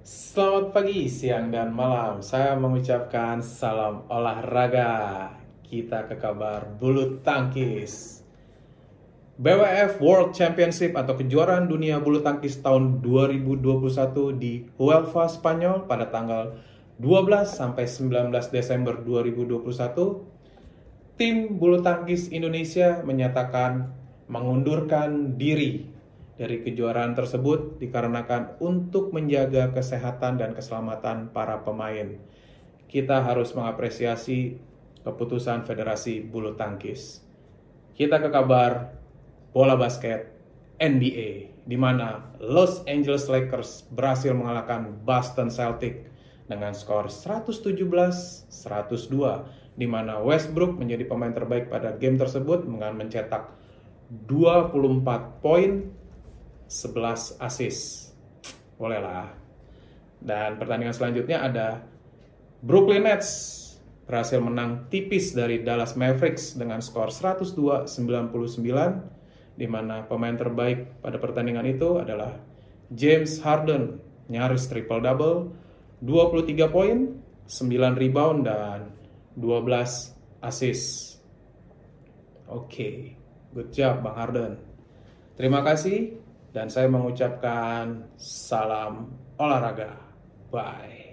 Selamat pagi, siang, dan malam. Saya mengucapkan salam olahraga. Kita ke kabar bulu tangkis. BWF World Championship atau kejuaraan dunia bulu tangkis tahun 2021 di Huelva, Spanyol pada tanggal 12 sampai 19 Desember 2021. Tim bulu tangkis Indonesia menyatakan mengundurkan diri dari kejuaraan tersebut dikarenakan untuk menjaga kesehatan dan keselamatan para pemain. Kita harus mengapresiasi keputusan Federasi Bulu Tangkis. Kita ke kabar bola basket NBA, di mana Los Angeles Lakers berhasil mengalahkan Boston Celtics dengan skor 117-102, di mana Westbrook menjadi pemain terbaik pada game tersebut dengan mencetak 24 poin, 11 assist. Bolehlah. Dan pertandingan selanjutnya ada Brooklyn Nets berhasil menang tipis dari Dallas Mavericks dengan skor 102-99, di mana pemain terbaik pada pertandingan itu adalah James Harden, nyaris triple-double, 23 poin, 9 rebound, dan 12 assist. Oke, good job Bang Harden. Terima kasih, dan saya mengucapkan salam olahraga. Bye.